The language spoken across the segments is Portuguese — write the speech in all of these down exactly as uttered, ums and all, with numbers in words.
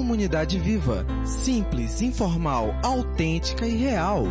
Comunidade Viva. Simples, informal, autêntica e real.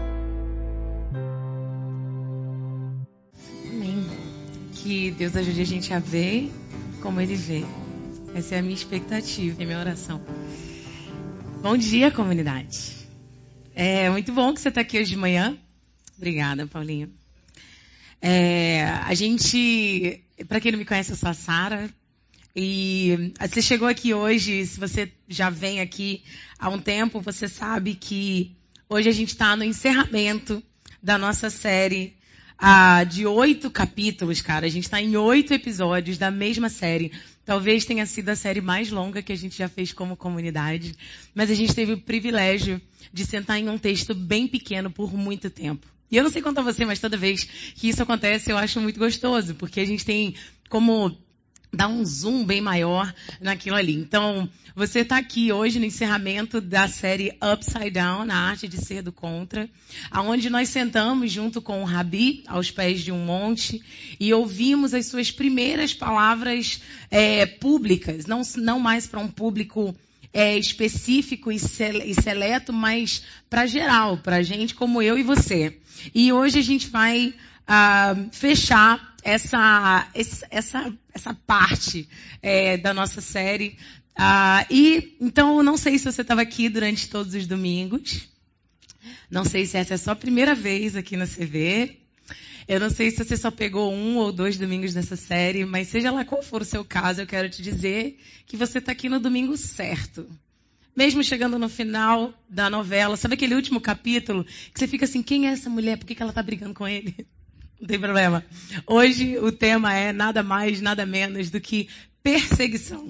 Amém. Que Deus ajude a gente a ver como Ele vê. Essa é a minha expectativa, é a minha oração. Bom dia, comunidade. É muito bom que você está aqui hoje de manhã. Obrigada, Paulinho. É, a gente, para quem não me conhece, eu sou a Sara. E você chegou aqui hoje, se você já vem aqui há um tempo, você sabe que hoje a gente está no encerramento da nossa série ah, de oito capítulos, cara. A gente está em oito episódios da mesma série. Talvez tenha sido a série mais longa que a gente já fez como comunidade. Mas a gente teve o privilégio de sentar em um texto bem pequeno por muito tempo. E eu não sei quanto a você, mas toda vez que isso acontece eu acho muito gostoso, porque a gente tem como dar um zoom bem maior naquilo ali. Então, você está aqui hoje no encerramento da série Upside Down, na arte de ser do contra, aonde nós sentamos junto com o Rabi, aos pés de um monte, e ouvimos as suas primeiras palavras é, públicas, não, não mais para um público é, específico e seleto, mas para geral, para gente como eu e você. E hoje a gente vai uh, fechar essa, essa, essa parte é, da nossa série. Uh, e então, eu não sei se você estava aqui durante todos os domingos. Não sei se essa é a sua primeira vez aqui na C V. Eu não sei se você só pegou um ou dois domingos dessa série, mas seja lá qual for o seu caso, eu quero te dizer que você está aqui no domingo certo. Mesmo chegando no final da novela, sabe aquele último capítulo que você fica assim, quem é essa mulher? Por que que ela está brigando com ele? Não tem problema. Hoje o tema é nada mais, nada menos do que perseguição.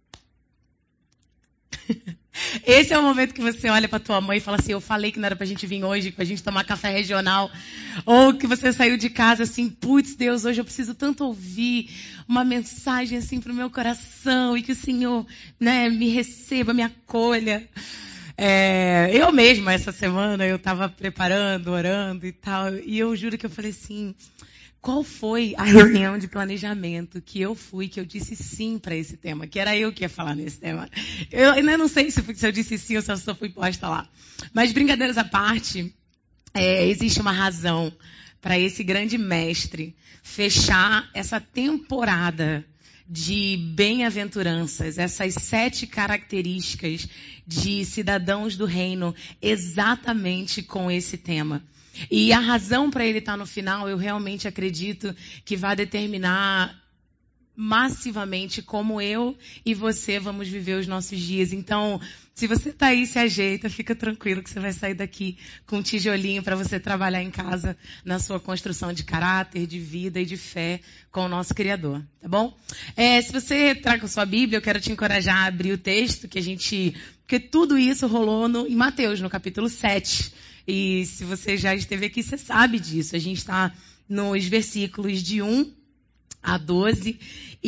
Esse é o momento que você olha para tua mãe e fala assim, eu falei que não era pra gente vir hoje, pra gente tomar café regional. Ou que você saiu de casa assim, putz, Deus, hoje eu preciso tanto ouvir uma mensagem assim pro meu coração e que o Senhor, né, me receba, me acolha. É, eu mesma, essa semana, eu estava preparando, orando e tal, e eu juro que eu falei assim, qual foi a reunião de planejamento que eu fui, que eu disse sim para esse tema, que era eu que ia falar nesse tema. Eu ainda não sei se, se eu disse sim ou se eu só fui posta lá. Mas, brincadeiras à parte, é, existe uma razão para esse grande mestre fechar essa temporada de bem-aventuranças, essas sete características de cidadãos do reino, exatamente com esse tema. E a razão para ele estar no final, eu realmente acredito que vai determinar massivamente como eu e você vamos viver os nossos dias. Então, se você está aí, se ajeita, fica tranquilo que você vai sair daqui com um tijolinho para você trabalhar em casa na sua construção de caráter, de vida e de fé com o nosso Criador, tá bom? É, se você traga a sua Bíblia, eu quero te encorajar a abrir o texto que a gente... Porque tudo isso rolou no, em Mateus, no capítulo sete. E se você já esteve aqui, você sabe disso. A gente está nos versículos de um a doze.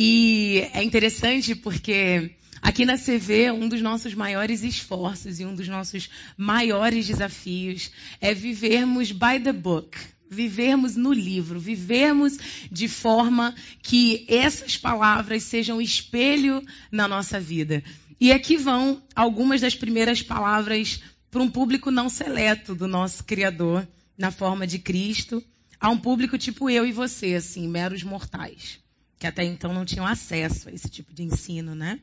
E é interessante porque aqui na C V, um dos nossos maiores esforços e um dos nossos maiores desafios é vivermos by the book. Vivermos no livro, vivermos de forma que essas palavras sejam espelho na nossa vida. E aqui vão algumas das primeiras palavras para um público não seleto do nosso Criador, na forma de Cristo, a um público tipo eu e você, assim, meros mortais, que até então não tinham acesso a esse tipo de ensino, né?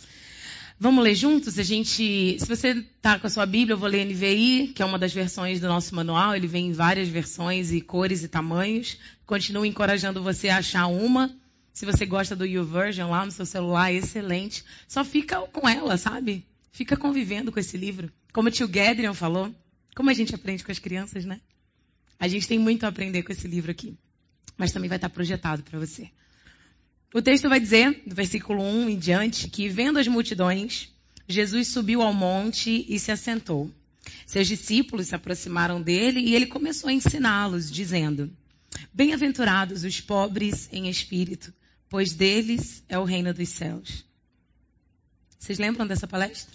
Vamos ler juntos? A gente, se você está com a sua Bíblia, eu vou ler N V I, que é uma das versões do nosso manual. Ele vem em várias versões e cores e tamanhos. Continuo encorajando você a achar uma. Se você gosta do YouVersion lá no seu celular, é excelente. Só fica com ela, sabe? Fica convivendo com esse livro. Como o tio Gedrion falou, como a gente aprende com as crianças, né? A gente tem muito a aprender com esse livro aqui. Mas também vai estar projetado para você. O texto vai dizer, do versículo um em diante, que vendo as multidões, Jesus subiu ao monte e se assentou. Seus discípulos se aproximaram dele e ele começou a ensiná-los, dizendo, bem-aventurados os pobres em espírito, pois deles é o reino dos céus. Vocês lembram dessa palestra?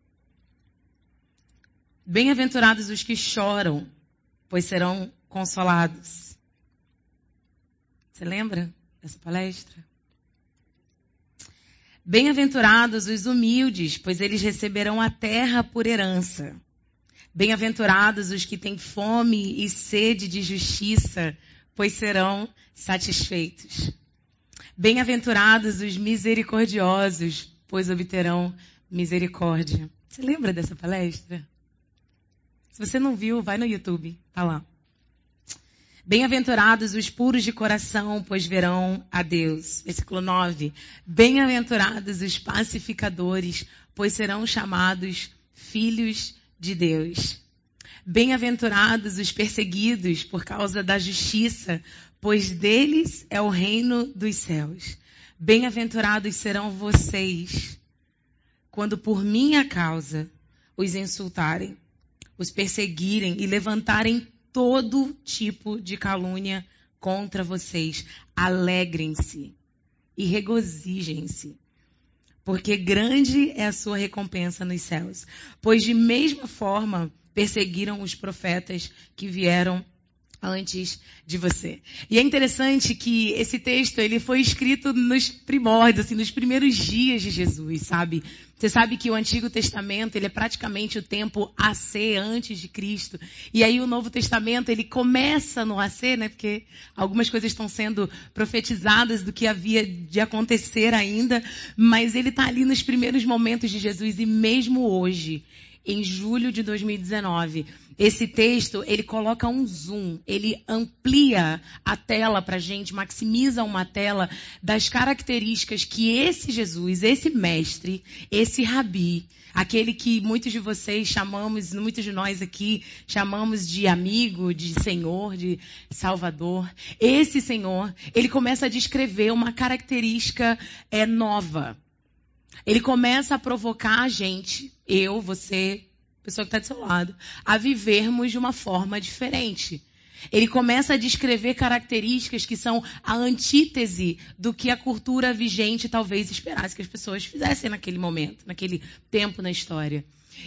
Bem-aventurados os que choram, pois serão consolados. Você lembra dessa palestra? Bem-aventurados os humildes, pois eles receberão a terra por herança. Bem-aventurados os que têm fome e sede de justiça, pois serão satisfeitos. Bem-aventurados os misericordiosos, pois obterão misericórdia. Você lembra dessa palestra? Se você não viu, vai no YouTube, tá lá. Bem-aventurados os puros de coração, pois verão a Deus. Versículo nove. Bem-aventurados os pacificadores, pois serão chamados filhos de Deus. Bem-aventurados os perseguidos por causa da justiça, pois deles é o reino dos céus. Bem-aventurados serão vocês, quando por minha causa os insultarem, os perseguirem e levantarem todo tipo de calúnia contra vocês. Alegrem-se e regozijem-se, porque grande é a sua recompensa nos céus. Pois de mesma forma perseguiram os profetas que vieram antes de você. E é interessante que esse texto, ele foi escrito nos primórdios, assim, nos primeiros dias de Jesus, sabe? Você sabe que o Antigo Testamento, ele é praticamente o tempo A C, antes de Cristo. E aí o Novo Testamento, ele começa no A C, né? Porque algumas coisas estão sendo profetizadas do que havia de acontecer ainda. Mas ele está ali nos primeiros momentos de Jesus. E mesmo hoje, em julho de dois mil e dezenove, esse texto, ele coloca um zoom, ele amplia a tela pra gente, maximiza uma tela das características que esse Jesus, esse mestre, esse rabi, aquele que muitos de vocês chamamos, muitos de nós aqui chamamos de amigo, de Senhor, de Salvador, esse Senhor, ele começa a descrever uma característica é, nova. Ele começa a provocar a gente, eu, você, pessoa que está do seu lado, a vivermos de uma forma diferente. Ele começa a descrever características que são a antítese do que a cultura vigente talvez esperasse que as pessoas fizessem naquele momento, naquele tempo na história.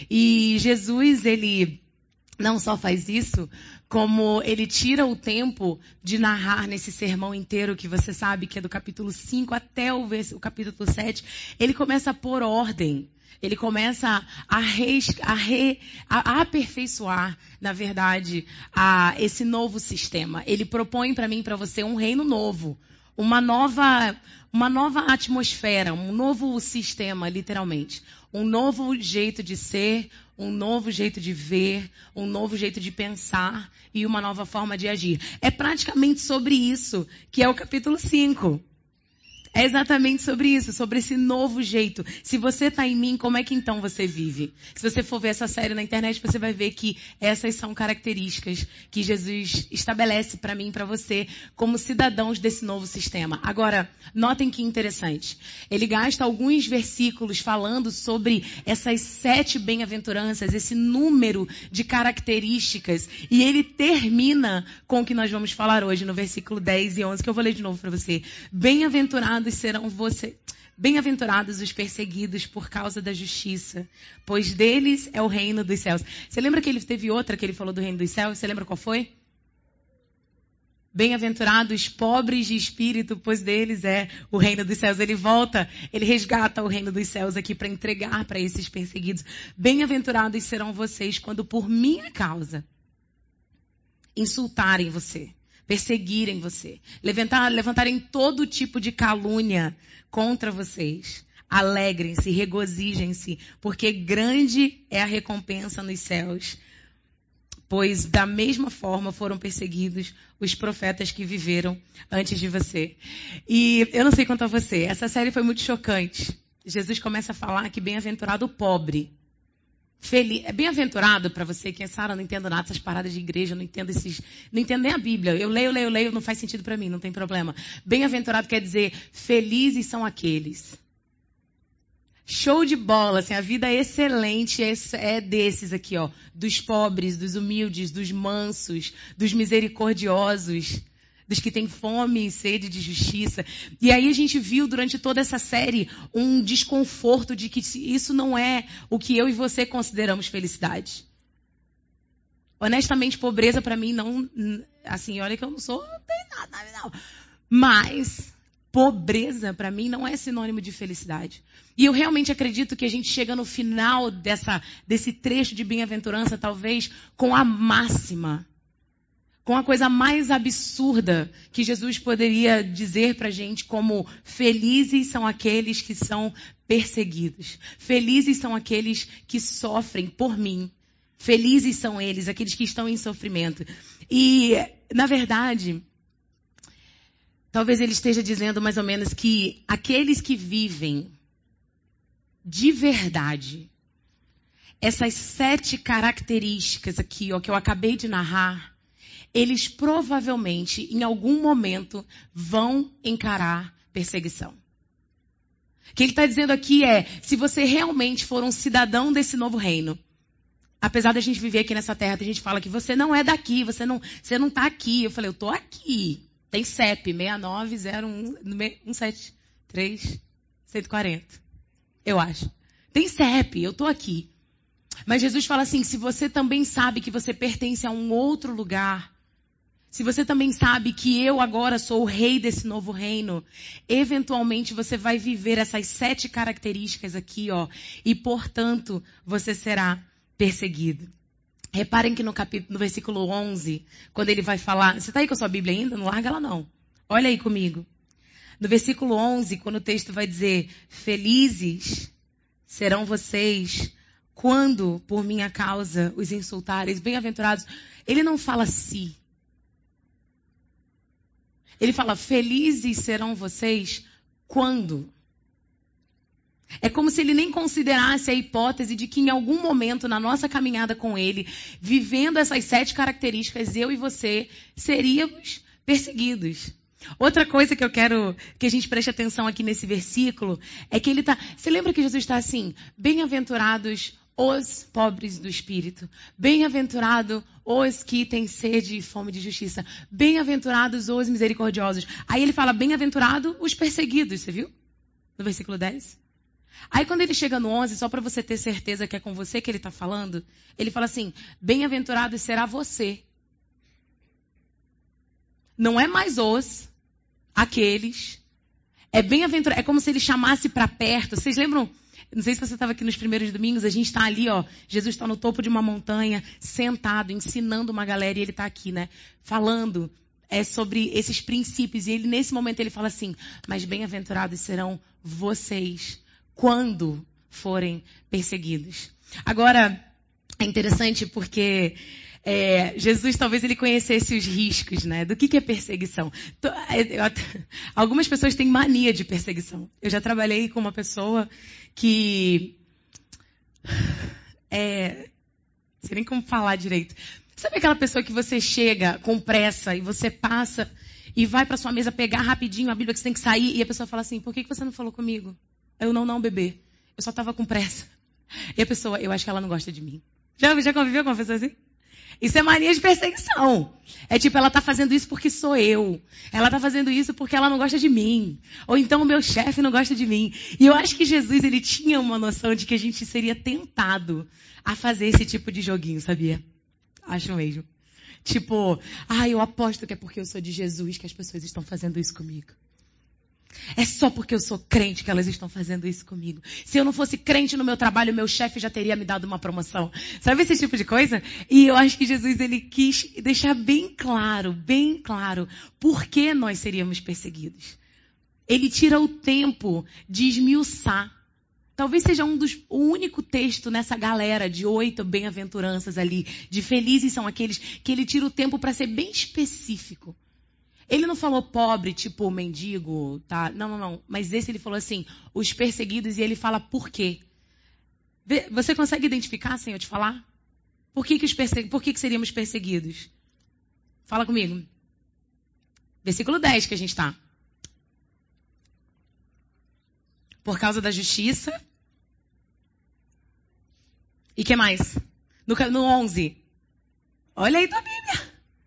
E Jesus, ele não só faz isso, como ele tira o tempo de narrar nesse sermão inteiro, que você sabe que é do capítulo cinco até o, o capítulo sete, ele começa a pôr ordem. Ele começa a, res, a, re, a aperfeiçoar, na verdade, a, esse novo sistema. Ele propõe para mim e para você um reino novo, uma nova, uma nova atmosfera, um novo sistema, literalmente. Um novo jeito de ser, um novo jeito de ver, um novo jeito de pensar e uma nova forma de agir. É praticamente sobre isso que é o capítulo cinco. É exatamente sobre isso, sobre esse novo jeito. Se você está em mim, como é que então você vive? Se você for ver essa série na internet, você vai ver que essas são características que Jesus estabelece para mim e para você como cidadãos desse novo sistema. Agora, notem que interessante. Ele gasta alguns versículos falando sobre essas sete bem-aventuranças, esse número de características. E ele termina com o que nós vamos falar hoje no versículo dez e onze, que eu vou ler de novo para você. Bem-aventurados serão você, bem-aventurados os perseguidos por causa da justiça, pois deles é o reino dos céus. Você lembra que ele teve outra que ele falou do reino dos céus? Você lembra qual foi? Bem-aventurados pobres de espírito, pois deles é o reino dos céus. Ele volta, ele resgata o reino dos céus aqui para entregar para esses perseguidos. Bem-aventurados serão vocês quando por minha causa insultarem você, perseguirem você, levantar, levantarem todo tipo de calúnia contra vocês. Alegrem-se, regozijem-se, porque grande é a recompensa nos céus. Pois da mesma forma foram perseguidos os profetas que viveram antes de você. E eu não sei quanto a você, essa série foi muito chocante. Jesus começa a falar que bem-aventurado o pobre. Feliz, é bem-aventurado para você que é Sara, não entendo nada dessas paradas de igreja, não entendo esses, não entendo nem a Bíblia. Eu leio, leio, leio, não faz sentido para mim, não tem problema. Bem-aventurado quer dizer felizes são aqueles. Show de bola, assim, a vida é excelente, é, é desses aqui, ó, dos pobres, dos humildes, dos mansos, dos misericordiosos, dos que têm fome e sede de justiça. E aí a gente viu durante toda essa série um desconforto de que isso não é o que eu e você consideramos felicidade. Honestamente, pobreza para mim não, assim, olha que eu não sou, não tem nada, não. Mas pobreza, para mim, não é sinônimo de felicidade. E eu realmente acredito que a gente chega no final dessa, desse trecho de bem-aventurança, talvez, com a máxima, com a coisa mais absurda que Jesus poderia dizer para a gente, como felizes são aqueles que são perseguidos. Felizes são aqueles que sofrem por mim. Felizes são eles, aqueles que estão em sofrimento. E, na verdade, talvez ele esteja dizendo mais ou menos que aqueles que vivem de verdade, essas sete características aqui, ó, que eu acabei de narrar, eles provavelmente, em algum momento, vão encarar perseguição. O que ele está dizendo aqui é, se você realmente for um cidadão desse novo reino, apesar da gente viver aqui nessa terra, a gente fala que você não é daqui, você não você não está aqui. Eu falei, eu estou aqui. Tem C E P, seis nove zero um um sete três um quatro zero. Eu acho. Tem C E P, eu estou aqui. Mas Jesus fala assim, se você também sabe que você pertence a um outro lugar, se você também sabe que eu agora sou o rei desse novo reino, eventualmente você vai viver essas sete características aqui, ó, e portanto você será perseguido. Reparem que no capítulo, no versículo onze, quando ele vai falar, você está aí com a sua Bíblia ainda? Não larga ela não. Olha aí comigo. No versículo onze, quando o texto vai dizer, felizes serão vocês quando por minha causa os insultarem, bem-aventurados, ele não fala se. Ele fala, felizes serão vocês quando. É como se ele nem considerasse a hipótese de que em algum momento na nossa caminhada com ele, vivendo essas sete características, eu e você seríamos perseguidos. Outra coisa que eu quero que a gente preste atenção aqui nesse versículo é que ele está... Você lembra que Jesus está assim, bem-aventurados os pobres do espírito, bem-aventurado os que têm sede e fome de justiça, bem-aventurados os misericordiosos. Aí ele fala, bem-aventurado os perseguidos, você viu? No versículo dez. Aí quando ele chega no onze, só para você ter certeza que é com você que ele está falando, ele fala assim, bem-aventurado será você. Não é mais os, aqueles. É bem-aventurado, é como se ele chamasse para perto. Vocês lembram? Não sei se você estava aqui nos primeiros domingos, a gente está ali, ó. Jesus está no topo de uma montanha, sentado, ensinando uma galera, e ele está aqui, né? Falando é, sobre esses princípios. E ele, nesse momento, ele fala assim, mas bem-aventurados serão vocês quando forem perseguidos. Agora, é interessante porque é, Jesus talvez ele conhecesse os riscos, né? Do que, que é perseguição. Eu, algumas pessoas têm mania de perseguição. Eu já trabalhei com uma pessoa que... É, não sei nem como falar direito. Sabe aquela pessoa que você chega com pressa e você passa e vai para sua mesa pegar rapidinho a Bíblia que você tem que sair e a pessoa fala assim, por que, que você não falou comigo? Eu não, não, bebê. Eu só estava com pressa. E a pessoa, eu acho que ela não gosta de mim. Já, já conviveu com uma pessoa assim? Isso é mania de perseguição. É tipo, ela tá fazendo isso porque sou eu. Ela tá fazendo isso porque ela não gosta de mim. Ou então o meu chefe não gosta de mim. E eu acho que Jesus, ele tinha uma noção de que a gente seria tentado a fazer esse tipo de joguinho, sabia? Acho mesmo. Tipo, ah, eu aposto que é porque eu sou de Jesus que as pessoas estão fazendo isso comigo. É só porque eu sou crente que elas estão fazendo isso comigo. Se eu não fosse crente no meu trabalho, meu chefe já teria me dado uma promoção. Sabe esse tipo de coisa? E eu acho que Jesus, ele quis deixar bem claro, bem claro, por que nós seríamos perseguidos. Ele tira o tempo de esmiuçar. Talvez seja um dos, o único texto nessa galera de oito bem-aventuranças ali, de felizes são aqueles que ele tira o tempo para ser bem específico. Ele não falou pobre, tipo mendigo, tá? Não, não, não. Mas esse ele falou assim, os perseguidos, e ele fala por quê. Você consegue identificar, sem eu te falar? Por que, que, os persegu... por que, que seríamos perseguidos? Fala comigo. Versículo dez que a gente está. Por causa da justiça. E que mais? No, no onze. Olha aí tua Bíblia.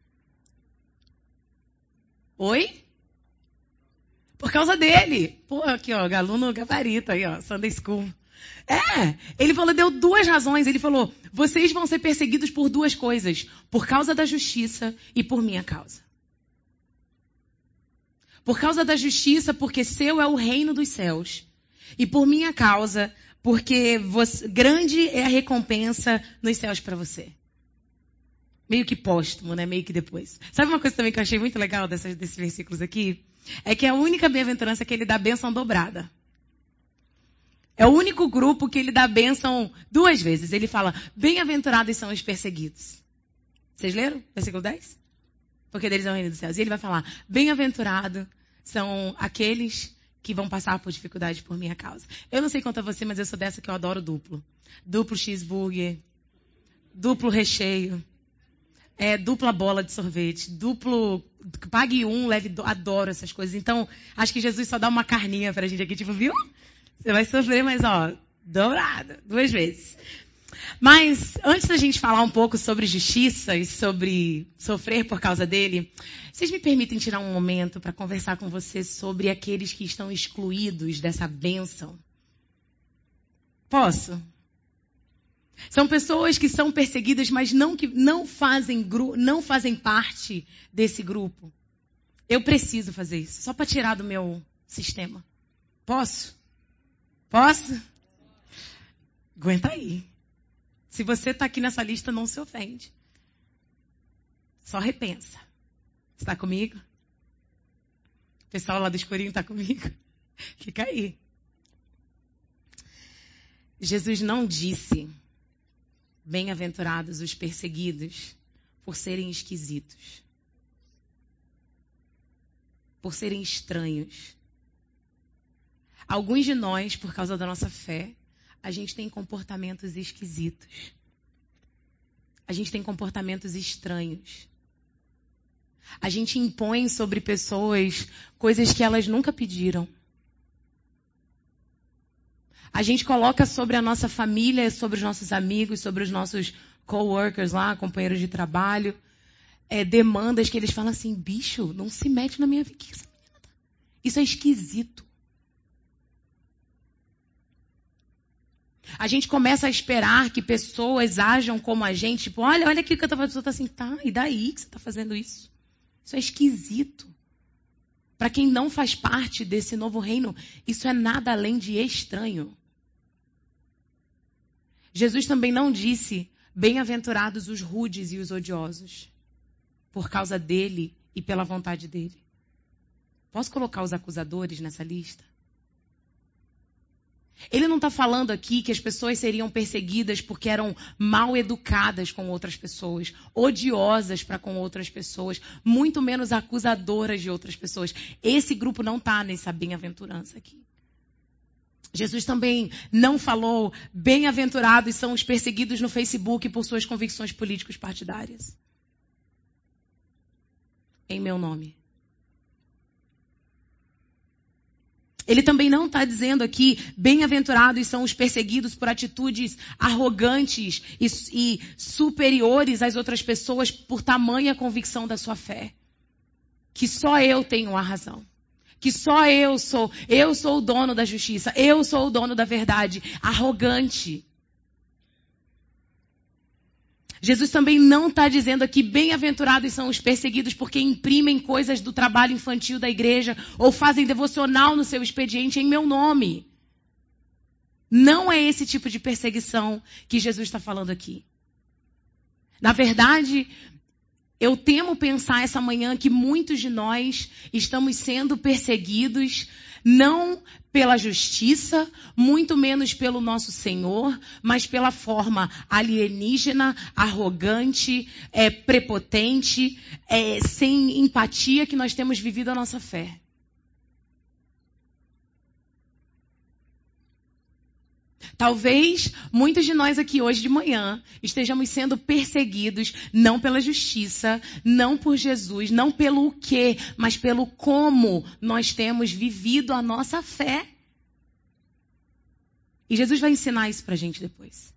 Oi? Por causa dele. Pô, aqui, ó, aluno gabarito aí, ó, Sunday School. É, ele falou, deu duas razões. Ele falou, vocês vão ser perseguidos por duas coisas. Por causa da justiça e por minha causa. Por causa da justiça, porque seu é o reino dos céus. E por minha causa, porque você, grande é a recompensa nos céus para você. Meio que póstumo, né? Meio que depois. Sabe uma coisa também que eu achei muito legal dessas, desses versículos aqui? É que é a única bem-aventurança que ele dá bênção dobrada. É o único grupo que ele dá bênção duas vezes. Ele fala, bem-aventurados são os perseguidos. Vocês leram? Versículo dez? Porque deles é o reino dos céus. E ele vai falar, bem-aventurados são aqueles que vão passar por dificuldade por minha causa. Eu não sei quanto a você, mas eu sou dessa que eu adoro duplo. Duplo cheeseburger, duplo recheio. É, dupla bola de sorvete, duplo, pague um, leve, do, adoro essas coisas. Então, acho que Jesus só dá uma carninha pra gente aqui, tipo, viu? Você vai sofrer, mas ó, dobrado, duas vezes. Mas, antes da gente falar um pouco sobre justiça e sobre sofrer por causa dele, vocês me permitem tirar um momento para conversar com vocês sobre aqueles que estão excluídos dessa bênção? Posso? São pessoas que são perseguidas, mas não, que não, fazem, não fazem parte desse grupo. Eu preciso fazer isso, só para tirar do meu sistema. Posso? Posso? Aguenta aí. Se você está aqui nessa lista, não se ofende. Só repensa. Está comigo? O pessoal lá do escurinho está comigo? Fica aí. Jesus não disse... Bem-aventurados os perseguidos por serem esquisitos, por serem estranhos. Alguns de nós, por causa da nossa fé, a gente tem comportamentos esquisitos. A gente tem comportamentos estranhos. A gente impõe sobre pessoas coisas que elas nunca pediram. A gente coloca sobre a nossa família, sobre os nossos amigos, sobre os nossos coworkers lá, companheiros de trabalho, é, demandas que eles falam assim, bicho, não se mete na minha vida. Isso é esquisito. A gente começa a esperar que pessoas ajam como a gente, tipo, olha, olha aqui que eu tô fazendo, tá assim, tá, e daí que você tá fazendo isso? Isso é esquisito. Para quem não faz parte desse novo reino, isso é nada além de estranho. Jesus também não disse, bem-aventurados os rudes e os odiosos, por causa dele e pela vontade dele. Posso colocar os acusadores nessa lista? Ele não está falando aqui que as pessoas seriam perseguidas porque eram mal educadas com outras pessoas, odiosas para com outras pessoas, muito menos acusadoras de outras pessoas. Esse grupo não está nessa bem-aventurança aqui. Jesus também não falou, bem-aventurados são os perseguidos no Facebook por suas convicções políticos partidárias. Em meu nome. Ele também não está dizendo aqui, bem-aventurados são os perseguidos por atitudes arrogantes e, e superiores às outras pessoas por tamanha convicção da sua fé. Que só eu tenho a razão. Que só eu sou, eu sou o dono da justiça, eu sou o dono da verdade. Arrogante. Jesus também não está dizendo aqui, bem-aventurados são os perseguidos porque imprimem coisas do trabalho infantil da igreja ou fazem devocional no seu expediente em meu nome. Não é esse tipo de perseguição que Jesus está falando aqui. Na verdade, eu temo pensar essa manhã que muitos de nós estamos sendo perseguidos não pela justiça, muito menos pelo nosso Senhor, mas pela forma alienígena, arrogante, é, prepotente, é, sem empatia que nós temos vivido a nossa fé. Talvez muitos de nós aqui hoje de manhã estejamos sendo perseguidos não pela justiça, não por Jesus, não pelo o quê, mas pelo como nós temos vivido a nossa fé. E Jesus vai ensinar isso pra gente depois.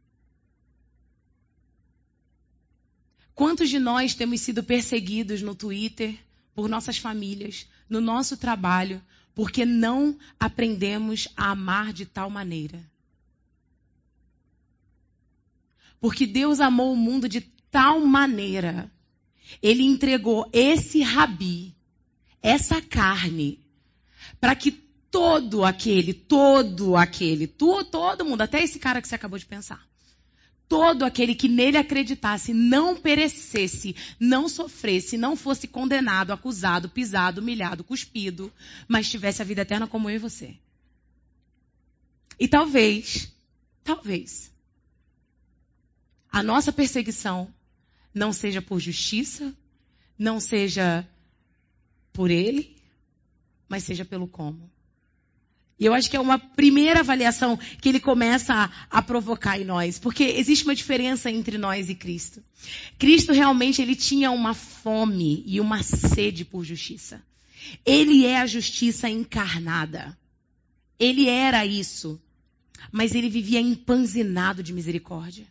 Quantos de nós temos sido perseguidos no Twitter, por nossas famílias, no nosso trabalho, porque não aprendemos a amar de tal maneira? Porque Deus amou o mundo de tal maneira. Ele entregou esse rabi, essa carne, para que todo aquele, todo aquele, tu, todo mundo, até esse cara que você acabou de pensar, todo aquele que nele acreditasse, não perecesse, não sofresse, não fosse condenado, acusado, pisado, humilhado, cuspido, mas tivesse a vida eterna como eu e você. E talvez, talvez, a nossa perseguição não seja por justiça, não seja por ele, mas seja pelo como. E eu acho que é uma primeira avaliação que ele começa a, a provocar em nós. Porque existe uma diferença entre nós e Cristo. Cristo realmente ele tinha uma fome e uma sede por justiça. Ele é a justiça encarnada. Ele era isso. Mas ele vivia empanzinado de misericórdia.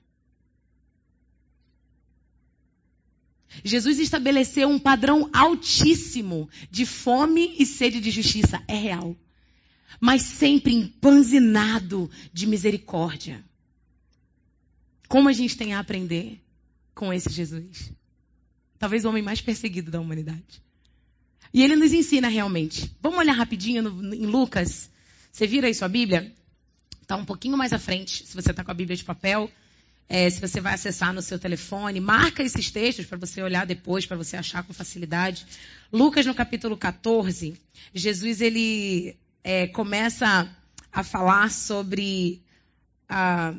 Jesus estabeleceu um padrão altíssimo de fome e sede de justiça. É real. Mas sempre empanzinado de misericórdia. Como a gente tem a aprender com esse Jesus? Talvez o homem mais perseguido da humanidade. E ele nos ensina realmente. Vamos olhar rapidinho no, em Lucas. Você vira aí sua Bíblia? Está um pouquinho mais à frente, se você está com a Bíblia de papel. É, se você vai acessar no seu telefone, marca esses textos para você olhar depois, para você achar com facilidade. Lucas no capítulo catorze, Jesus ele... É, começa a falar sobre... A,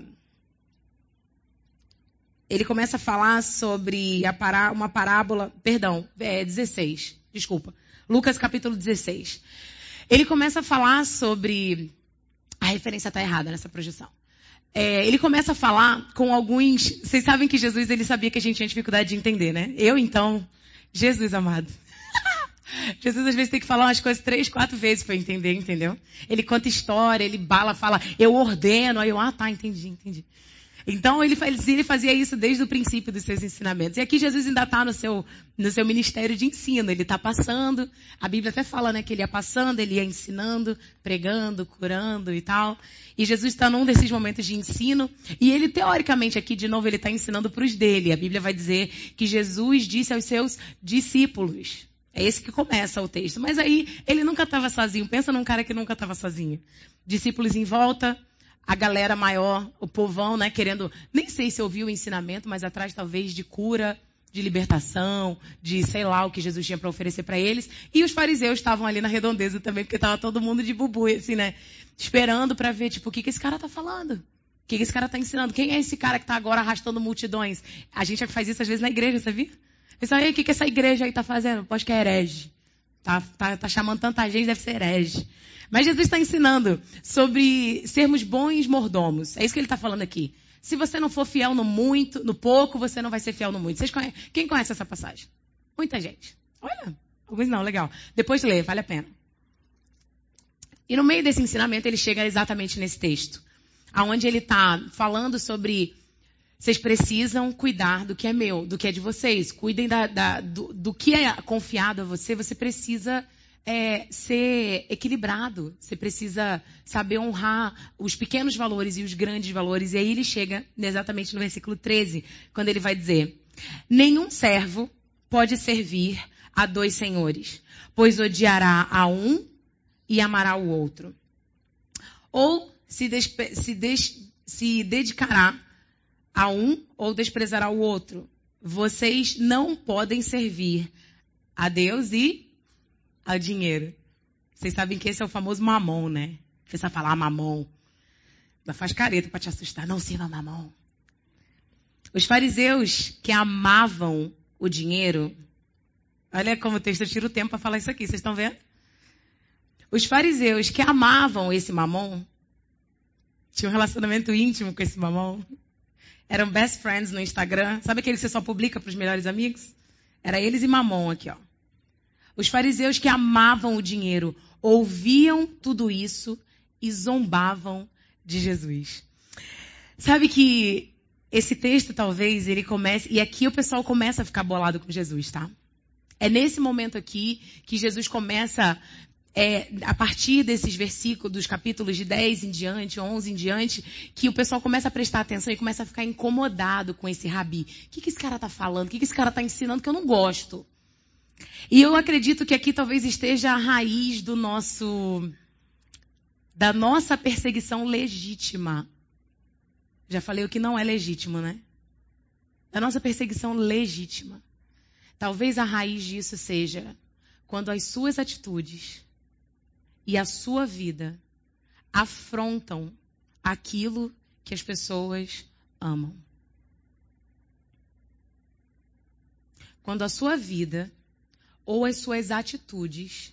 ele começa a falar sobre a pará, uma parábola... Perdão, é dezesseis, desculpa. Lucas capítulo dezesseis. Ele começa a falar sobre... A referência está errada nessa projeção. É, ele começa a falar com alguns... Vocês sabem que Jesus ele sabia que a gente tinha dificuldade de entender, né? Eu, então... Jesus amado. Jesus às vezes tem que falar umas coisas três, quatro vezes para entender, entendeu? Ele conta história, ele bala, fala, eu ordeno, aí eu, ah tá, entendi, entendi. Então ele fazia, ele fazia isso desde o princípio dos seus ensinamentos. E aqui Jesus ainda está no seu, no seu ministério de ensino, ele está passando, a Bíblia até fala, né, que ele ia passando, ele ia ensinando, pregando, curando e tal. E Jesus está num desses momentos de ensino, e ele teoricamente aqui de novo ele está ensinando para os dele. A Bíblia vai dizer que Jesus disse aos seus discípulos. É esse que começa o texto. Mas aí, ele nunca estava sozinho. Pensa num cara que nunca estava sozinho. Discípulos em volta, a galera maior, o povão, né, querendo... Nem sei se ouviu o ensinamento, mas atrás talvez de cura, de libertação, de sei lá o que Jesus tinha para oferecer para eles. E os fariseus estavam ali na redondeza também, porque estava todo mundo de bubu, assim, né? Esperando para ver, tipo, o que, que esse cara está falando? O que, que esse cara está ensinando? Quem é esse cara que está agora arrastando multidões? A gente faz isso às vezes na igreja, sabia? Pensam, aí, o que, que essa igreja aí está fazendo? Acho que é herege. Tá, tá, tá chamando tanta gente, deve ser herege. Mas Jesus está ensinando sobre sermos bons mordomos. É isso que ele está falando aqui. Se você não for fiel no muito, no pouco, você não vai ser fiel no muito. Vocês conhecem, quem conhece essa passagem? Muita gente. Olha, alguns não, legal. Depois lê, vale a pena. E no meio desse ensinamento, ele chega exatamente nesse texto. Onde ele está falando sobre... Vocês precisam cuidar do que é meu, do que é de vocês. Cuidem da, da, do, do que é confiado a você. Você precisa é, ser equilibrado. Você precisa saber honrar os pequenos valores e os grandes valores. E aí ele chega exatamente no versículo treze, quando ele vai dizer: nenhum servo pode servir a dois senhores, pois odiará a um e amará o outro. Ou se, despe- se, des- se dedicará a um ou desprezará o outro. Vocês não podem servir a Deus e ao dinheiro. Vocês sabem que esse é o famoso mamon, né? Você falar ah, mamon. Ela faz careta para te assustar. Não sirva mamon. Os fariseus que amavam o dinheiro... Olha como o texto tira o tempo para falar isso aqui. Vocês estão vendo? Os fariseus que amavam esse mamon... Tinham um relacionamento íntimo com esse mamon... Eram best friends no Instagram. Sabe aquele que você só publica para os melhores amigos? Era eles e Mamon aqui, ó. Os fariseus que amavam o dinheiro ouviam tudo isso e zombavam de Jesus. Sabe que esse texto talvez ele comece... E aqui o pessoal começa a ficar bolado com Jesus, tá? É nesse momento aqui que Jesus começa... É, a partir desses versículos, dos capítulos de dez em diante, onze em diante, que o pessoal começa a prestar atenção e começa a ficar incomodado com esse rabi. O que, que esse cara está falando? O que, que esse cara está ensinando que eu não gosto? E eu acredito que aqui talvez esteja a raiz do nosso, da nossa perseguição legítima. Já falei o que não é legítimo, né? Da nossa perseguição legítima. Talvez a raiz disso seja quando as suas atitudes e a sua vida afrontam aquilo que as pessoas amam. Quando a sua vida ou as suas atitudes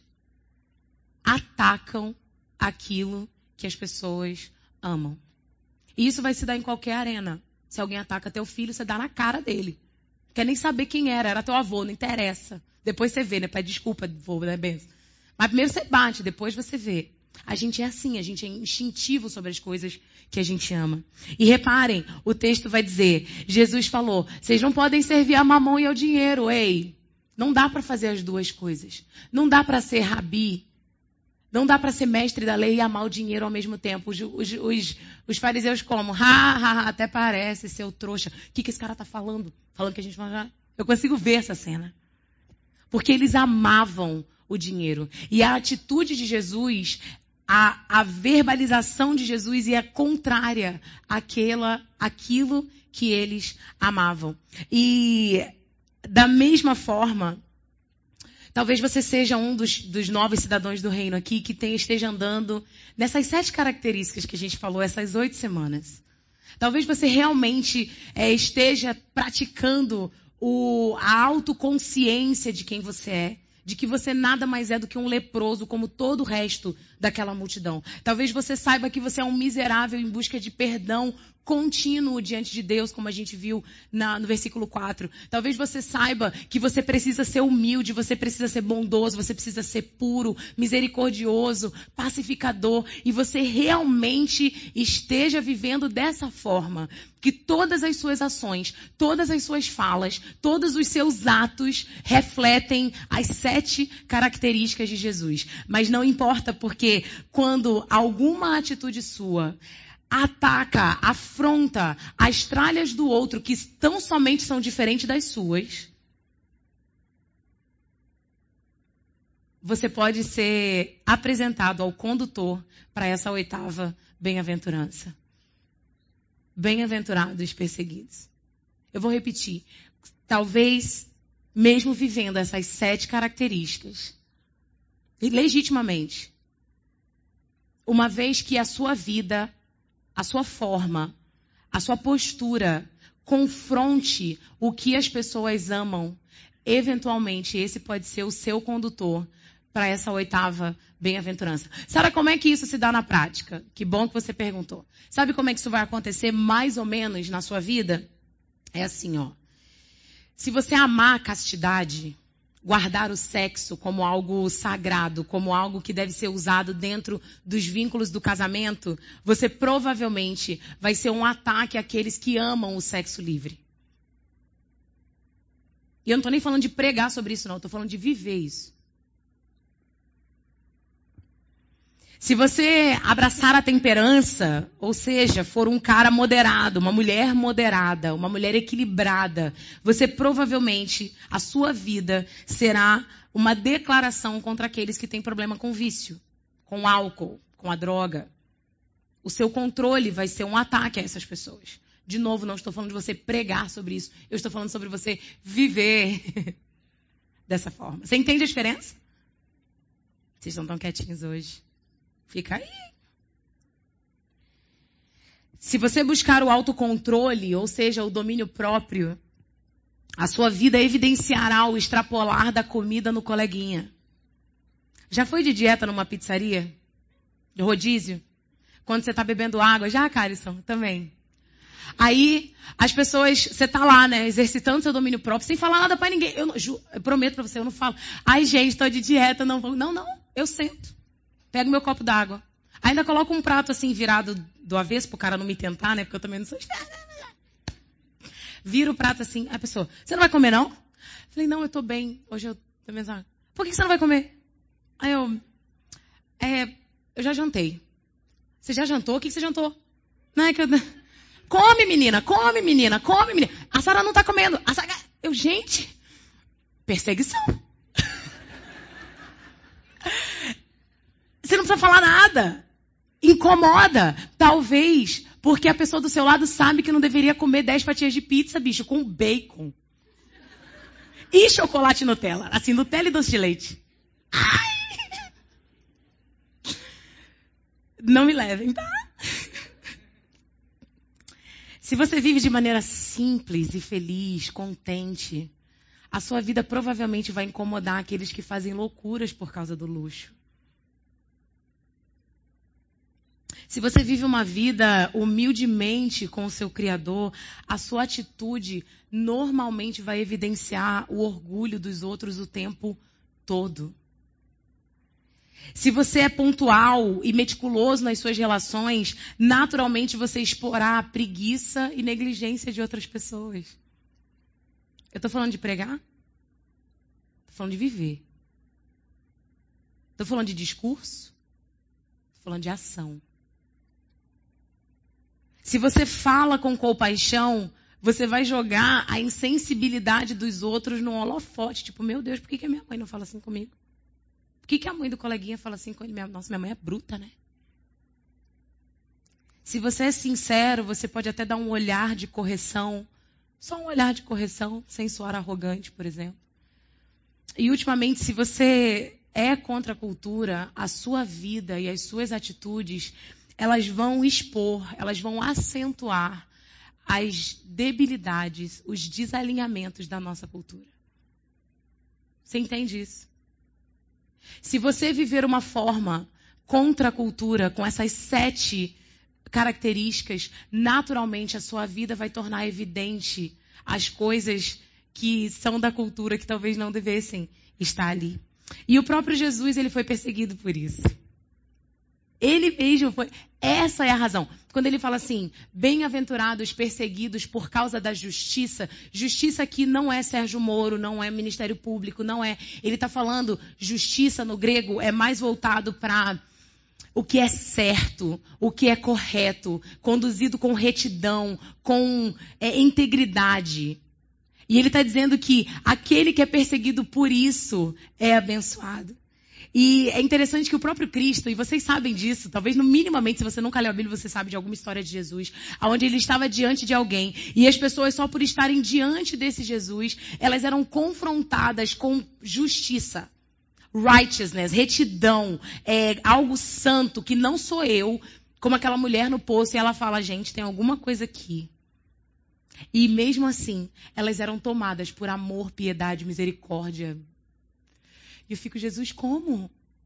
atacam aquilo que as pessoas amam. E isso vai se dar em qualquer arena. Se alguém ataca teu filho, você dá na cara dele. Não quer nem saber quem era, era teu avô, não interessa. Depois você vê, né? Pede desculpa, vô, né, benção. Mas primeiro você bate, depois você vê. A gente é assim, a gente é instintivo sobre as coisas que a gente ama. E reparem, o texto vai dizer, Jesus falou, vocês não podem servir a mamão e ao dinheiro, ei. Não dá para fazer as duas coisas. Não dá para ser rabi. Não dá para ser mestre da lei e amar o dinheiro ao mesmo tempo. Os, os, os, os fariseus como? Ha, ha, ha, até parece, seu trouxa. O que, que esse cara tá falando? Falando que a gente vai... Eu consigo ver essa cena. Porque eles amavam o dinheiro. E a atitude de Jesus, a, a verbalização de Jesus é contrária àquela, àquilo que eles amavam. E da mesma forma... Talvez você seja um dos, dos novos cidadãos do reino aqui que tem, esteja andando nessas sete características que a gente falou essas oito semanas. Talvez você realmente é, esteja praticando o, a autoconsciência de quem você é. De que você nada mais é do que um leproso como todo o resto daquela multidão. Talvez você saiba que você é um miserável em busca de perdão contínuo diante de Deus, como a gente viu na, no versículo quatro. Talvez você saiba que você precisa ser humilde, você precisa ser bondoso, você precisa ser puro, misericordioso, pacificador. E você realmente esteja vivendo dessa forma. Que todas as suas ações, todas as suas falas, todos os seus atos refletem as sete características de Jesus. Mas não importa, porque quando alguma atitude sua ataca, afronta as tralhas do outro, que tão somente são diferentes das suas, você pode ser apresentado ao condutor para essa oitava bem-aventurança. Bem-aventurados perseguidos. Eu vou repetir. Talvez, mesmo vivendo essas sete características, legitimamente, uma vez que a sua vida, a sua forma, a sua postura confronte o que as pessoas amam, eventualmente esse pode ser o seu condutor para essa oitava bem-aventurança. Sabe como é que isso se dá na prática? Que bom que você perguntou. Sabe como é que isso vai acontecer mais ou menos na sua vida? É assim, ó. Se você amar a castidade, guardar o sexo como algo sagrado, como algo que deve ser usado dentro dos vínculos do casamento, você provavelmente vai ser um ataque àqueles que amam o sexo livre. E eu não estou nem falando de pregar sobre isso, não. Estou falando de viver isso. Se você abraçar a temperança, ou seja, for um cara moderado, uma mulher moderada, uma mulher equilibrada, você provavelmente, a sua vida será uma declaração contra aqueles que têm problema com vício, com álcool, com a droga. O seu controle vai ser um ataque a essas pessoas. De novo, não estou falando de você pregar sobre isso. Eu estou falando sobre você viver dessa forma. Você entende a diferença? Vocês estão tão quietinhos hoje. Fica aí. Se você buscar o autocontrole, ou seja, o domínio próprio, a sua vida evidenciará o extrapolar da comida no coleguinha. Já foi de dieta numa pizzaria? De rodízio? Quando você está bebendo água? Já, Carison? Também. Aí, as pessoas, você tá lá, né, exercitando seu domínio próprio, sem falar nada pra ninguém. Eu, não, ju, eu prometo pra você, eu não falo. Ai, gente, tô de dieta, não vou. Não, não, eu sento. Pego meu copo d'água. Ainda coloco um prato assim virado do avesso pro cara não me tentar, né? Porque eu também não sou esperta. Viro o prato assim. A pessoa, você não vai comer não? Falei, não, eu tô bem. Hoje eu também sabe. Por que você não vai comer? Aí eu, é, eu já jantei. Você já jantou? O que você jantou? Não é que eu... Come, menina, come, menina, come, menina. A Sara não tá comendo. A Sara... Eu, gente, perseguição. precisa falar nada. Incomoda. Talvez porque a pessoa do seu lado sabe que não deveria comer dez fatias de pizza, bicho, com bacon. E chocolate Nutella. Assim, Nutella e doce de leite. Ai. Não me levem, tá? Se você vive de maneira simples e feliz, contente, a sua vida provavelmente vai incomodar aqueles que fazem loucuras por causa do luxo. Se você vive uma vida humildemente com o seu Criador, a sua atitude normalmente vai evidenciar o orgulho dos outros o tempo todo. Se você é pontual e meticuloso nas suas relações, naturalmente você exporá a preguiça e negligência de outras pessoas. Eu estou falando de pregar? Estou falando de viver. Estou falando de discurso? Estou falando de ação. Se você fala com compaixão, você vai jogar a insensibilidade dos outros no holofote. Tipo, meu Deus, por que que a minha mãe não fala assim comigo? Por que que a mãe do coleguinha fala assim com ele? Nossa, minha mãe é bruta, né? Se você é sincero, você pode até dar um olhar de correção. Só um olhar de correção, sem soar arrogante, por exemplo. E, ultimamente, se você é contra a cultura, a sua vida e as suas atitudes, elas vão expor, elas vão acentuar as debilidades, os desalinhamentos da nossa cultura. Você entende isso? Se você viver uma forma contra a cultura, com essas sete características, naturalmente a sua vida vai tornar evidente as coisas que são da cultura, que talvez não devessem estar ali. E o próprio Jesus, ele foi perseguido por isso. Ele mesmo foi. Essa é a razão. Quando ele fala assim, bem-aventurados perseguidos por causa da justiça, justiça aqui não é Sérgio Moro, não é Ministério Público, não é. Ele está falando, justiça no grego é mais voltado para o que é certo, o que é correto, conduzido com retidão, com é, integridade. E ele está dizendo que aquele que é perseguido por isso é abençoado. E é interessante que o próprio Cristo, e vocês sabem disso, talvez no minimamente, se você nunca leu a Bíblia, você sabe de alguma história de Jesus, onde ele estava diante de alguém, e as pessoas só por estarem diante desse Jesus, elas eram confrontadas com justiça, righteousness, retidão, é, algo santo, que não sou eu, como aquela mulher no poço, e ela fala, gente, tem alguma coisa aqui. E mesmo assim, elas eram tomadas por amor, piedade, misericórdia. E eu fico, Jesus, como?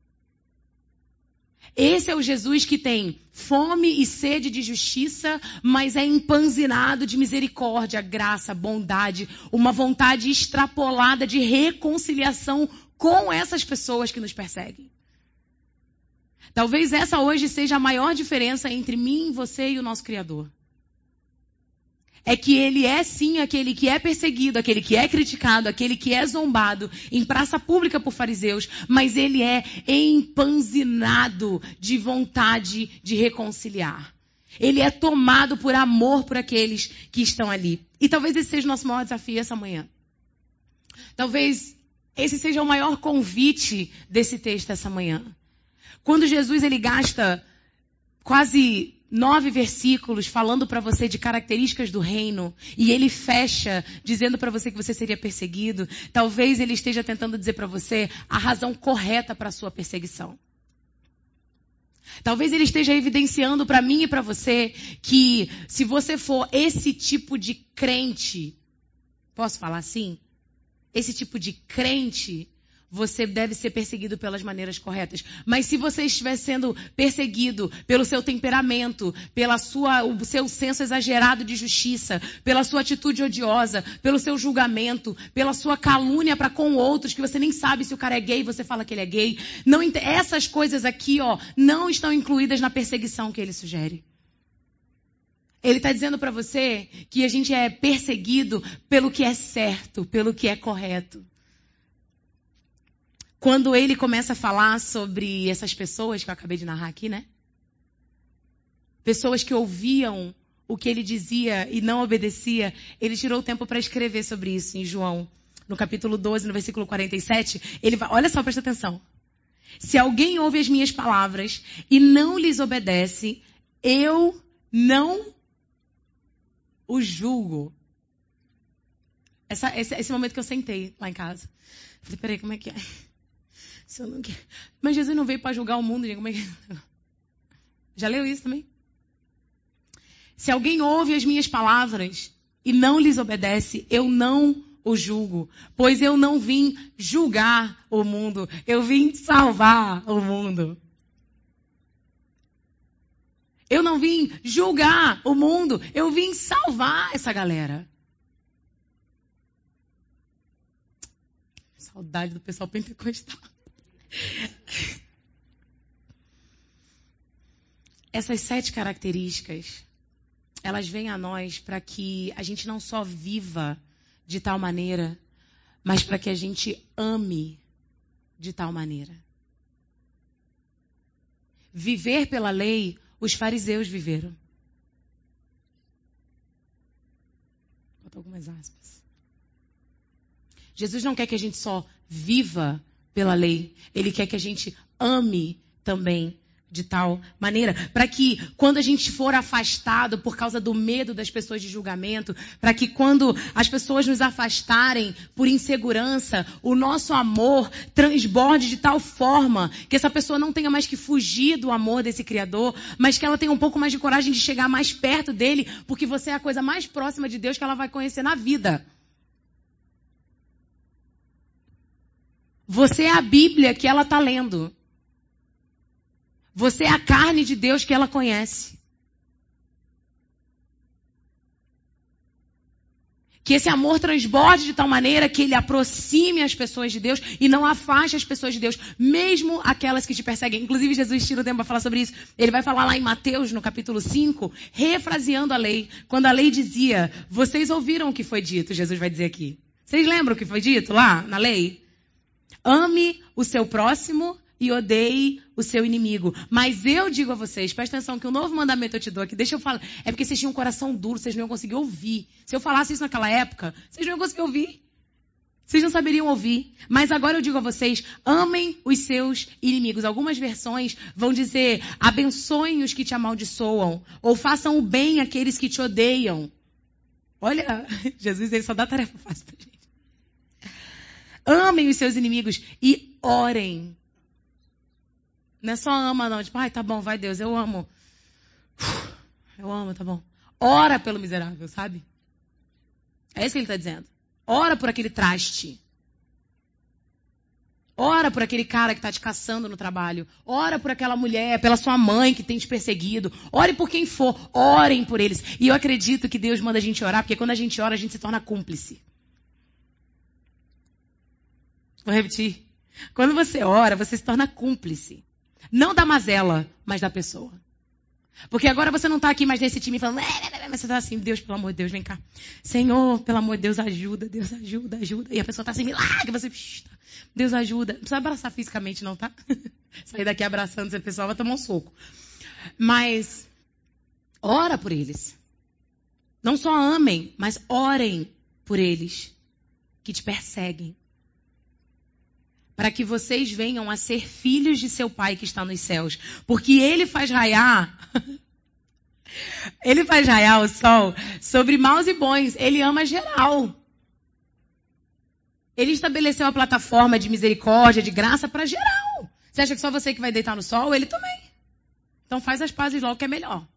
Esse é o Jesus que tem fome e sede de justiça, mas é empanzinado de misericórdia, graça, bondade, uma vontade extrapolada de reconciliação com essas pessoas que nos perseguem. Talvez essa hoje seja a maior diferença entre mim, você e o nosso Criador. É que ele é sim aquele que é perseguido, aquele que é criticado, aquele que é zombado em praça pública por fariseus, mas ele é empanzinado de vontade de reconciliar. Ele é tomado por amor por aqueles que estão ali. E talvez esse seja o nosso maior desafio essa manhã. Talvez esse seja o maior convite desse texto essa manhã. Quando Jesus ele gasta quase nove versículos falando para você de características do reino e ele fecha dizendo para você que você seria perseguido, talvez ele esteja tentando dizer para você a razão correta para a sua perseguição. Talvez ele esteja evidenciando para mim e para você que se você for esse tipo de crente, posso falar assim? Esse tipo de crente, você deve ser perseguido pelas maneiras corretas. Mas se você estiver sendo perseguido pelo seu temperamento, pela sua, o seu senso exagerado de justiça, pela sua atitude odiosa, pelo seu julgamento, pela sua calúnia para com outros, que você nem sabe se o cara é gay, você fala que ele é gay. Não, essas coisas aqui, ó, não estão incluídas na perseguição que ele sugere. Ele está dizendo para você que a gente é perseguido pelo que é certo, pelo que é correto. Quando ele começa a falar sobre essas pessoas que eu acabei de narrar aqui, né? Pessoas que ouviam o que ele dizia e não obedecia, ele tirou o tempo para escrever sobre isso em João. No capítulo doze, no versículo quarenta e sete, ele vai, olha só, presta atenção. Se alguém ouve as minhas palavras e não lhes obedece, eu não o julgo. Essa, esse, esse momento que eu sentei lá em casa. Falei, peraí, como é que é? Se eu não... Mas Jesus não veio para julgar o mundo, gente. Como é que é? Já leu isso também? Se alguém ouve as minhas palavras e não lhes obedece, eu não o julgo. Pois eu não vim julgar o mundo. Eu vim salvar o mundo. Eu não vim julgar o mundo. Eu vim salvar essa galera. Saudade do pessoal pentecostal. Essas sete características, elas vêm a nós para que a gente não só viva de tal maneira, mas para que a gente ame de tal maneira. Viver pela lei, os fariseus viveram. Vou botar algumas aspas. Jesus não quer que a gente só viva pela lei. Ele quer que a gente ame também de tal maneira. Para que quando a gente for afastado por causa do medo das pessoas de julgamento, para que quando as pessoas nos afastarem por insegurança, o nosso amor transborde de tal forma que essa pessoa não tenha mais que fugir do amor desse Criador, mas que ela tenha um pouco mais de coragem de chegar mais perto dele, porque você é a coisa mais próxima de Deus que ela vai conhecer na vida. Você é a Bíblia que ela está lendo. Você é a carne de Deus que ela conhece. Que esse amor transborde de tal maneira que ele aproxime as pessoas de Deus e não afaste as pessoas de Deus, mesmo aquelas que te perseguem. Inclusive, Jesus tira o tempo para falar sobre isso. Ele vai falar lá em Mateus, no capítulo cinco, refraseando a lei. Quando a lei dizia, vocês ouviram o que foi dito, Jesus vai dizer aqui. Vocês lembram o que foi dito lá na lei? Ame o seu próximo e odeie o seu inimigo. Mas eu digo a vocês, presta atenção que o novo mandamento eu te dou aqui, deixa eu falar, é porque vocês tinham um coração duro, vocês não iam conseguir ouvir. Se eu falasse isso naquela época, vocês não iam conseguir ouvir. Vocês não saberiam ouvir. Mas agora eu digo a vocês, amem os seus inimigos. Algumas versões vão dizer, abençoem os que te amaldiçoam, ou façam o bem àqueles que te odeiam. Olha, Jesus ele só dá tarefa fácil pra gente. Amem os seus inimigos e orem. Não é só ama não, tipo, ai, tá bom, vai Deus, eu amo. Eu amo, tá bom. Ora pelo miserável, sabe? É isso que ele está dizendo. Ora por aquele traste. Ora por aquele cara que está te caçando no trabalho. Ora por aquela mulher, pela sua mãe que tem te perseguido. Ore por quem for. Orem por eles. E eu acredito que Deus manda a gente orar, porque quando a gente ora, a gente se torna cúmplice. Vou repetir. Quando você ora, você se torna cúmplice. Não da mazela, mas da pessoa. Porque agora você não está aqui mais nesse time falando, mas você está assim, Deus, pelo amor de Deus, vem cá. Senhor, pelo amor de Deus, ajuda, Deus ajuda, ajuda. E a pessoa está assim, milagre, você, Deus ajuda. Não precisa abraçar fisicamente não, tá? Sair daqui abraçando esse pessoal, vai tomar um soco. Mas, ora por eles. Não só amem, mas orem por eles que te perseguem. Para que vocês venham a ser filhos de seu Pai que está nos céus. Porque Ele faz raiar, Ele faz raiar o sol sobre maus e bons. Ele ama geral. Ele estabeleceu a plataforma de misericórdia, de graça para geral. Você acha que só você que vai deitar no sol? Ele também. Então faz as pazes logo que é melhor.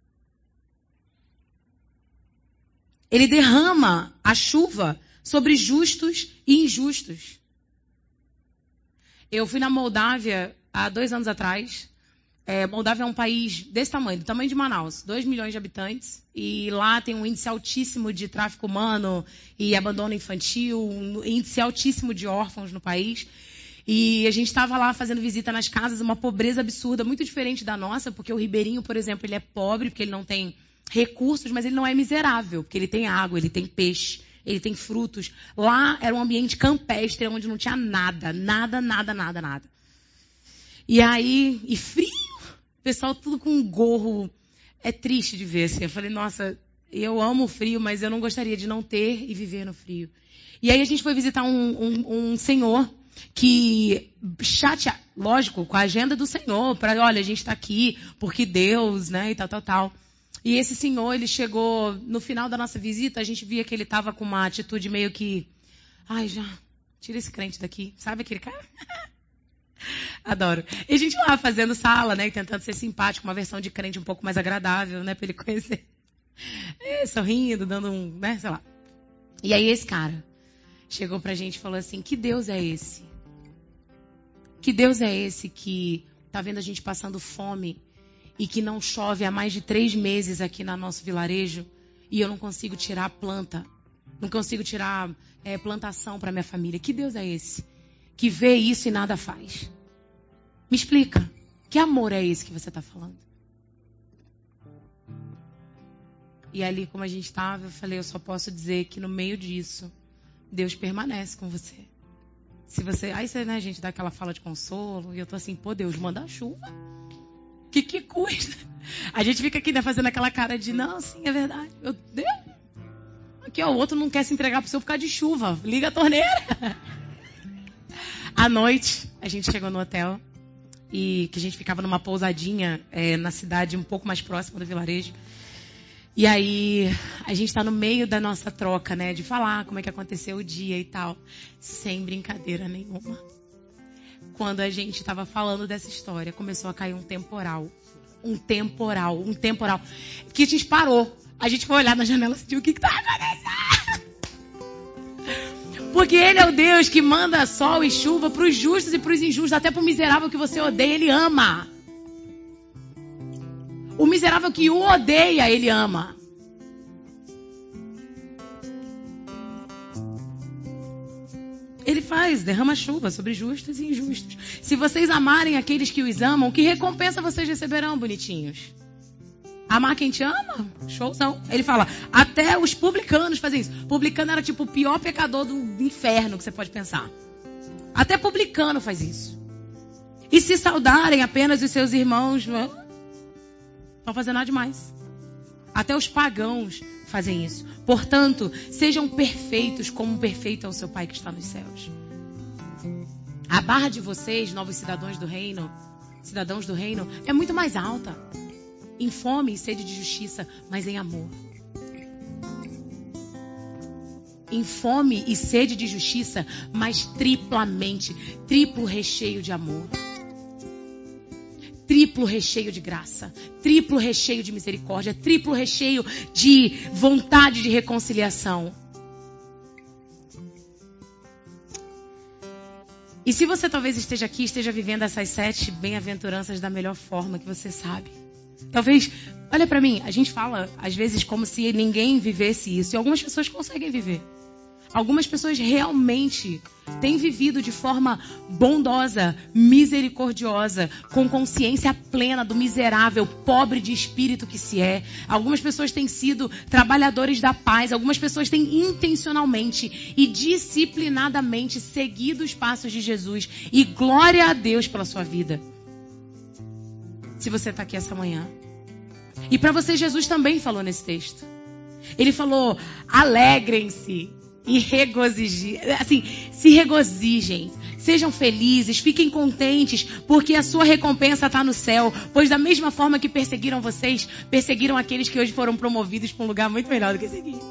Ele derrama a chuva sobre justos e injustos. Eu fui na Moldávia há dois anos atrás. É, Moldávia é um país desse tamanho, do tamanho de Manaus, dois milhões de habitantes. E lá tem um índice altíssimo de tráfico humano e abandono infantil, um índice altíssimo de órfãos no país. E a gente estava lá fazendo visita nas casas, uma pobreza absurda, muito diferente da nossa, porque o ribeirinho, por exemplo, ele é pobre, porque ele não tem recursos, mas ele não é miserável, porque ele tem água, ele tem peixe. Ele tem frutos. Lá era um ambiente campestre, onde não tinha nada. Nada, nada, nada, nada. E aí, e frio. O pessoal tudo com um gorro. É triste de ver, assim. Eu falei, nossa, eu amo o frio, mas eu não gostaria de não ter e viver no frio. E aí a gente foi visitar um, um, um senhor que chateado, lógico, com a agenda do Senhor, para, olha, a gente está aqui porque Deus, né, e tal, tal, tal. E esse senhor, ele chegou, no final da nossa visita, a gente via que ele estava com uma atitude meio que, ai, já, tira esse crente daqui, sabe aquele cara? Adoro. E a gente lá fazendo sala, né, e tentando ser simpático, uma versão de crente um pouco mais agradável, né, para ele conhecer. É, sorrindo, dando um, né, sei lá. E aí esse cara chegou pra gente e falou assim, que Deus é esse? Que Deus é esse que tá vendo a gente passando fome e que não chove há mais de três meses aqui no nosso vilarejo e eu não consigo tirar planta, não consigo tirar é, plantação para minha família. Que Deus é esse que vê isso e nada faz? Me explica, que amor é esse que você está falando? E ali, como a gente estava, eu falei, eu só posso dizer que no meio disso, Deus permanece com você. Se você, aí você, né, a gente dá aquela fala de consolo, e eu tô assim, pô, Deus, manda a chuva. Que que custa? A gente fica aqui, né, fazendo aquela cara de, não, sim, é verdade. Meu Deus. Aqui, ó, o outro não quer se entregar pro seu ficar de chuva. Liga a torneira. À noite, a gente chegou no hotel, e que a gente ficava numa pousadinha é, na cidade um pouco mais próxima do vilarejo. E aí, a gente tá no meio da nossa troca, né? De falar como é que aconteceu o dia e tal. Sem brincadeira nenhuma. Quando a gente tava falando dessa história, começou a cair um temporal. Um temporal, um temporal. Que a gente parou. A gente foi olhar na janela e sentiu o que que tá acontecendo. Porque Ele é o Deus que manda sol e chuva pros justos e pros injustos. Até pro miserável que você odeia, Ele ama. O miserável que o odeia, Ele ama. Ele faz, derrama chuva sobre justos e injustos. Se vocês amarem aqueles que os amam, que recompensa vocês receberão, bonitinhos? Amar quem te ama? Showzão. Ele fala, até os publicanos fazem isso. Publicano era tipo o pior pecador do inferno que você pode pensar. Até publicano faz isso. E se saudarem apenas os seus irmãos... Não estão fazendo nada demais. Até os pagãos fazem isso. Portanto, sejam perfeitos como perfeito é o seu Pai que está nos céus. A barra de vocês, novos cidadãos do reino, cidadãos do reino, é muito mais alta. Em fome e sede de justiça, mas em amor. Em fome e sede de justiça, mas triplamente, triplo recheio de amor. Triplo recheio de graça, triplo recheio de misericórdia, triplo recheio de vontade de reconciliação. E se você talvez esteja aqui, esteja vivendo essas sete bem-aventuranças da melhor forma que você sabe. Talvez, olha pra mim, a gente fala às vezes como se ninguém vivesse isso. E algumas pessoas conseguem viver. Algumas pessoas realmente têm vivido de forma bondosa, misericordiosa, com consciência plena do miserável, pobre de espírito que se é. Algumas pessoas têm sido trabalhadores da paz. Algumas pessoas têm intencionalmente e disciplinadamente seguido os passos de Jesus. E glória a Deus pela sua vida. Se você está aqui essa manhã. E para você, Jesus também falou nesse texto. Ele falou, alegrem-se. E regozijem, assim, se regozijem, sejam felizes, fiquem contentes, porque a sua recompensa está no céu. Pois da mesma forma que perseguiram vocês, perseguiram aqueles que hoje foram promovidos para um lugar muito melhor do que esse aqui.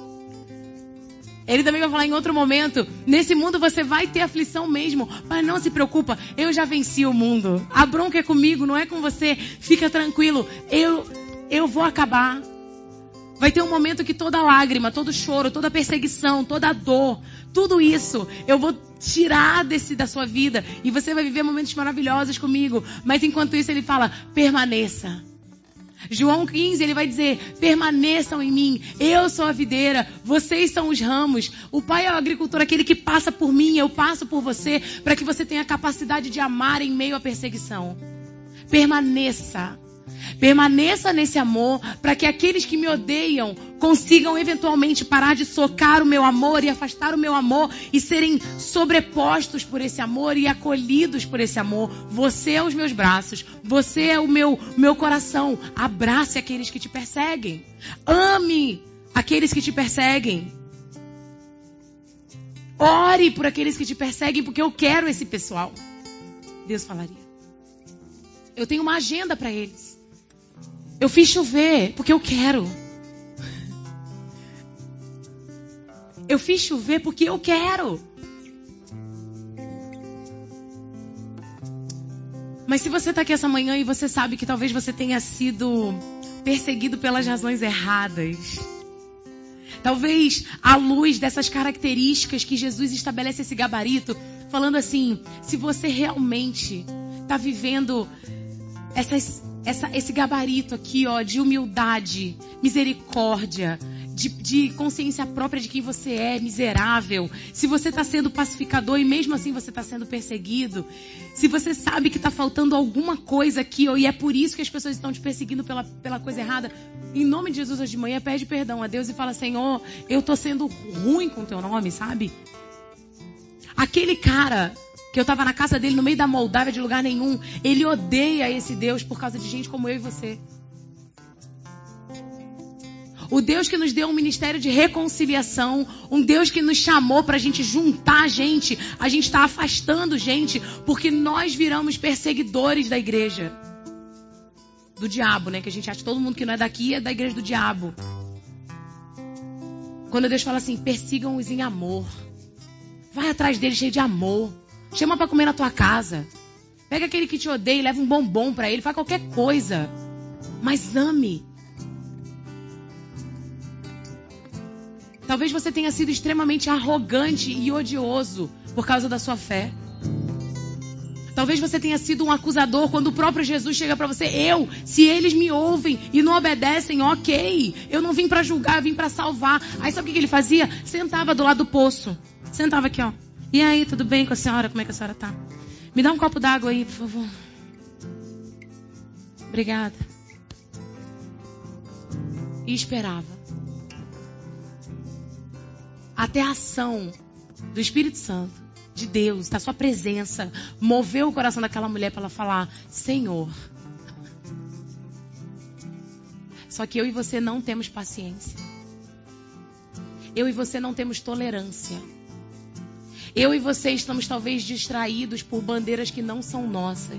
Ele também vai falar em outro momento, nesse mundo você vai ter aflição mesmo, mas não se preocupa, eu já venci o mundo. A bronca é comigo, não é com você, fica tranquilo, eu, eu vou acabar. Vai ter um momento que toda lágrima, todo choro, toda perseguição, toda dor, tudo isso eu vou tirar desse, da sua vida. E você vai viver momentos maravilhosos comigo. Mas enquanto isso ele fala, permaneça. João quinze, ele vai dizer, permaneçam em mim. Eu sou a videira, vocês são os ramos. O Pai é o agricultor, aquele que passa por mim, eu passo por você. Para que você tenha a capacidade de amar em meio à perseguição. Permaneça. Permaneça nesse amor, para que aqueles que me odeiam consigam eventualmente parar de socar o meu amor e afastar o meu amor e serem sobrepostos por esse amor e acolhidos por esse amor. Você é os meus braços, você é o meu, meu coração. Abrace aqueles que te perseguem. Ame aqueles que te perseguem. ore por aqueles que te perseguem, porque eu quero esse pessoal. Deus falaria. Eu tenho uma agenda para eles. Eu fiz chover porque eu quero. Eu fiz chover porque eu quero. Mas se você está aqui essa manhã e você sabe que talvez você tenha sido perseguido pelas razões erradas, talvez à luz dessas características que Jesus estabelece esse gabarito, falando assim, se você realmente está vivendo essas, essa, esse gabarito aqui, ó, de humildade, misericórdia, de, de consciência própria de quem você é, miserável, se você está sendo pacificador e mesmo assim você está sendo perseguido, se você sabe que está faltando alguma coisa aqui, ó, e é por isso que as pessoas estão te perseguindo pela, pela coisa errada, em nome de Jesus hoje de manhã, pede perdão a Deus e fala, Senhor, eu estou sendo ruim com o teu nome, sabe? Aquele cara que eu estava na casa dele no meio da Moldávia, de lugar nenhum, ele odeia esse Deus por causa de gente como eu e você. O Deus que nos deu um ministério de reconciliação, um Deus que nos chamou para a gente juntar gente, a gente está afastando gente, porque nós viramos perseguidores da igreja. Do diabo, né? Que a gente acha que todo mundo que não é daqui é da igreja do diabo. Quando Deus fala assim, persigam-os em amor. Vai atrás dele cheio de amor. Chama para comer na tua casa. Pega aquele que te odeia e leva um bombom para ele. Faz qualquer coisa. Mas ame. Talvez você tenha sido extremamente arrogante e odioso por causa da sua fé. Talvez você tenha sido um acusador quando o próprio Jesus chega para você. Eu, se eles me ouvem e não obedecem, ok. Eu não vim para julgar, eu vim para salvar. Aí sabe o que ele fazia? Sentava do lado do poço. Sentava aqui, ó. E aí, tudo bem com a senhora? Como é que a senhora tá? Me dá um copo d'água aí, por favor. Obrigada. E esperava. Até a ação do Espírito Santo, de Deus, da sua presença, moveu o coração daquela mulher para ela falar, Senhor. Só que eu e você não temos paciência. Eu e você não temos tolerância. Eu e você estamos talvez distraídos por bandeiras que não são nossas.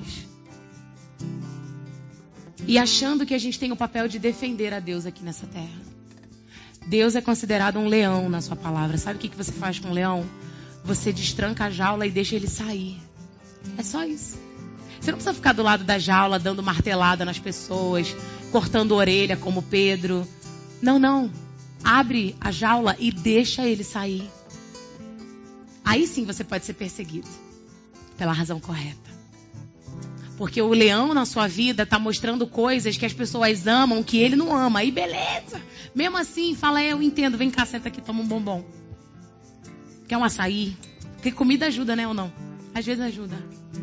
E achando que a gente tem o papel de defender a Deus aqui nessa terra. Deus é considerado um leão na sua palavra. Sabe o que você faz com um leão? Você destranca a jaula e deixa ele sair. É só isso. Você não precisa ficar do lado da jaula dando martelada nas pessoas, cortando a orelha como Pedro. Não, não. Abre a jaula e deixa ele sair. Aí sim você pode ser perseguido. Pela razão correta. Porque o leão na sua vida está mostrando coisas que as pessoas amam, que ele não ama. Aí beleza. Mesmo assim, fala, é, eu entendo. Vem cá, senta aqui, toma um bombom. Quer um açaí? Porque comida ajuda, né, ou não? Às vezes ajuda.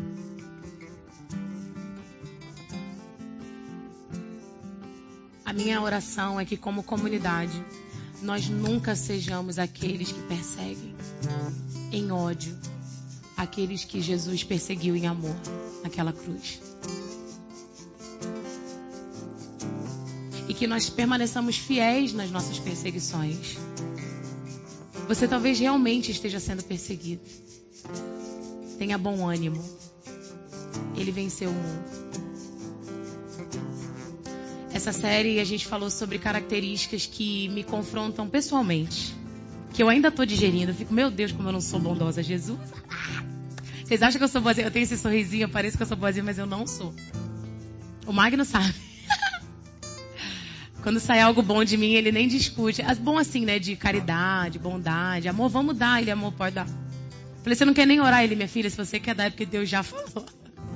A minha oração é que como comunidade, nós nunca sejamos aqueles que perseguem em ódio aqueles que Jesus perseguiu em amor naquela cruz. E que nós permaneçamos fiéis nas nossas perseguições. Você talvez realmente esteja sendo perseguido. Tenha bom ânimo. Ele venceu o mundo. Essa série a gente falou sobre características que me confrontam pessoalmente. Que eu ainda estou digerindo. Eu fico, meu Deus, como eu não sou bondosa, Jesus. Vocês acham que eu sou boazinha? Eu tenho esse sorrisinho, parece que eu sou boazinha, mas eu não sou. O Magno sabe. Quando sai algo bom de mim, ele nem discute. Bom assim, né? De caridade, bondade. Amor, vamos dar. Ele, amor, pode dar. Falei, você não quer nem orar? Ele, minha filha, se você quer dar é porque Deus já falou.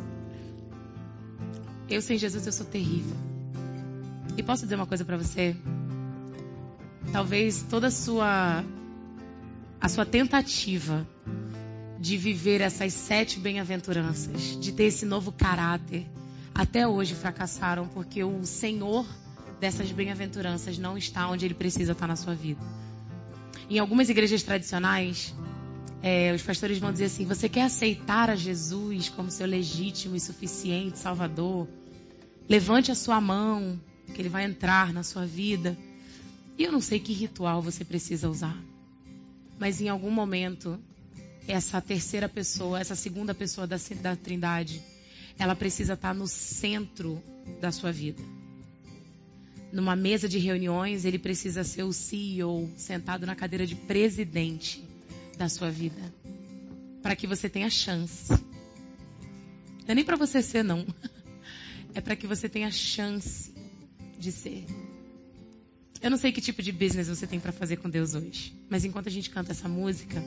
Eu sem Jesus, eu sou terrível. E posso dizer uma coisa pra você? Talvez toda a sua, a sua tentativa de viver essas sete bem-aventuranças, de ter esse novo caráter, até hoje fracassaram, porque o Senhor dessas bem-aventuranças não está onde Ele precisa estar na sua vida. Em algumas igrejas tradicionais, é, os pastores vão dizer assim, você quer aceitar a Jesus como seu legítimo e suficiente Salvador? Levante a sua mão, que Ele vai entrar na sua vida. E eu não sei que ritual você precisa usar, mas em algum momento essa terceira pessoa, essa segunda pessoa da, da Trindade, ela precisa estar no centro da sua vida. Numa mesa de reuniões, ele precisa ser o C E O, sentado na cadeira de presidente da sua vida. Para que você tenha chance. Não é nem para você ser, não. É para que você tenha chance de ser. Eu não sei que tipo de business você tem para fazer com Deus hoje. Mas enquanto a gente canta essa música,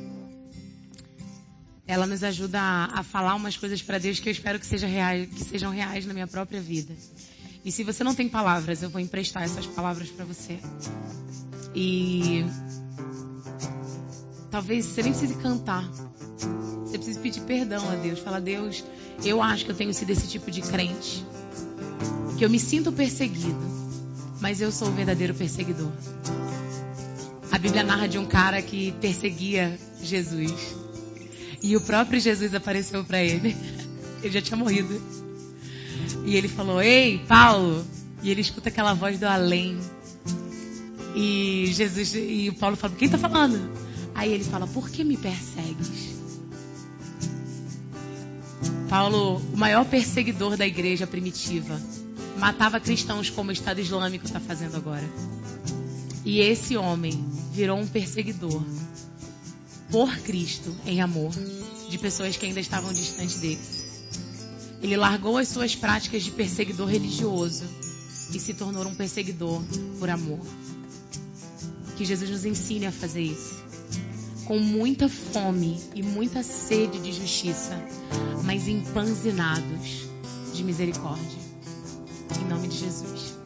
ela nos ajuda a, a falar umas coisas para Deus que eu espero que, seja reais, que sejam reais na minha própria vida. E se você não tem palavras, eu vou emprestar essas palavras para você. E talvez você nem precise cantar. Você precisa pedir perdão a Deus. Falar, Deus, eu acho que eu tenho sido esse tipo de crente. Que eu me sinto perseguido. Mas eu sou o verdadeiro perseguidor. A Bíblia narra de um cara que perseguia Jesus. E o próprio Jesus apareceu para ele. Ele já tinha morrido. E ele falou, ei, Paulo. E ele escuta aquela voz do além. E Jesus, e o Paulo fala, quem está falando? Aí ele fala, por que me persegues? Paulo, o maior perseguidor da igreja primitiva, matava cristãos como o Estado Islâmico está fazendo agora. E esse homem virou um perseguidor por Cristo, em amor, de pessoas que ainda estavam distantes dele. Ele largou as suas práticas de perseguidor religioso e se tornou um perseguidor por amor. Que Jesus nos ensine a fazer isso. Com muita fome e muita sede de justiça, mas empanzinados de misericórdia. Em nome de Jesus.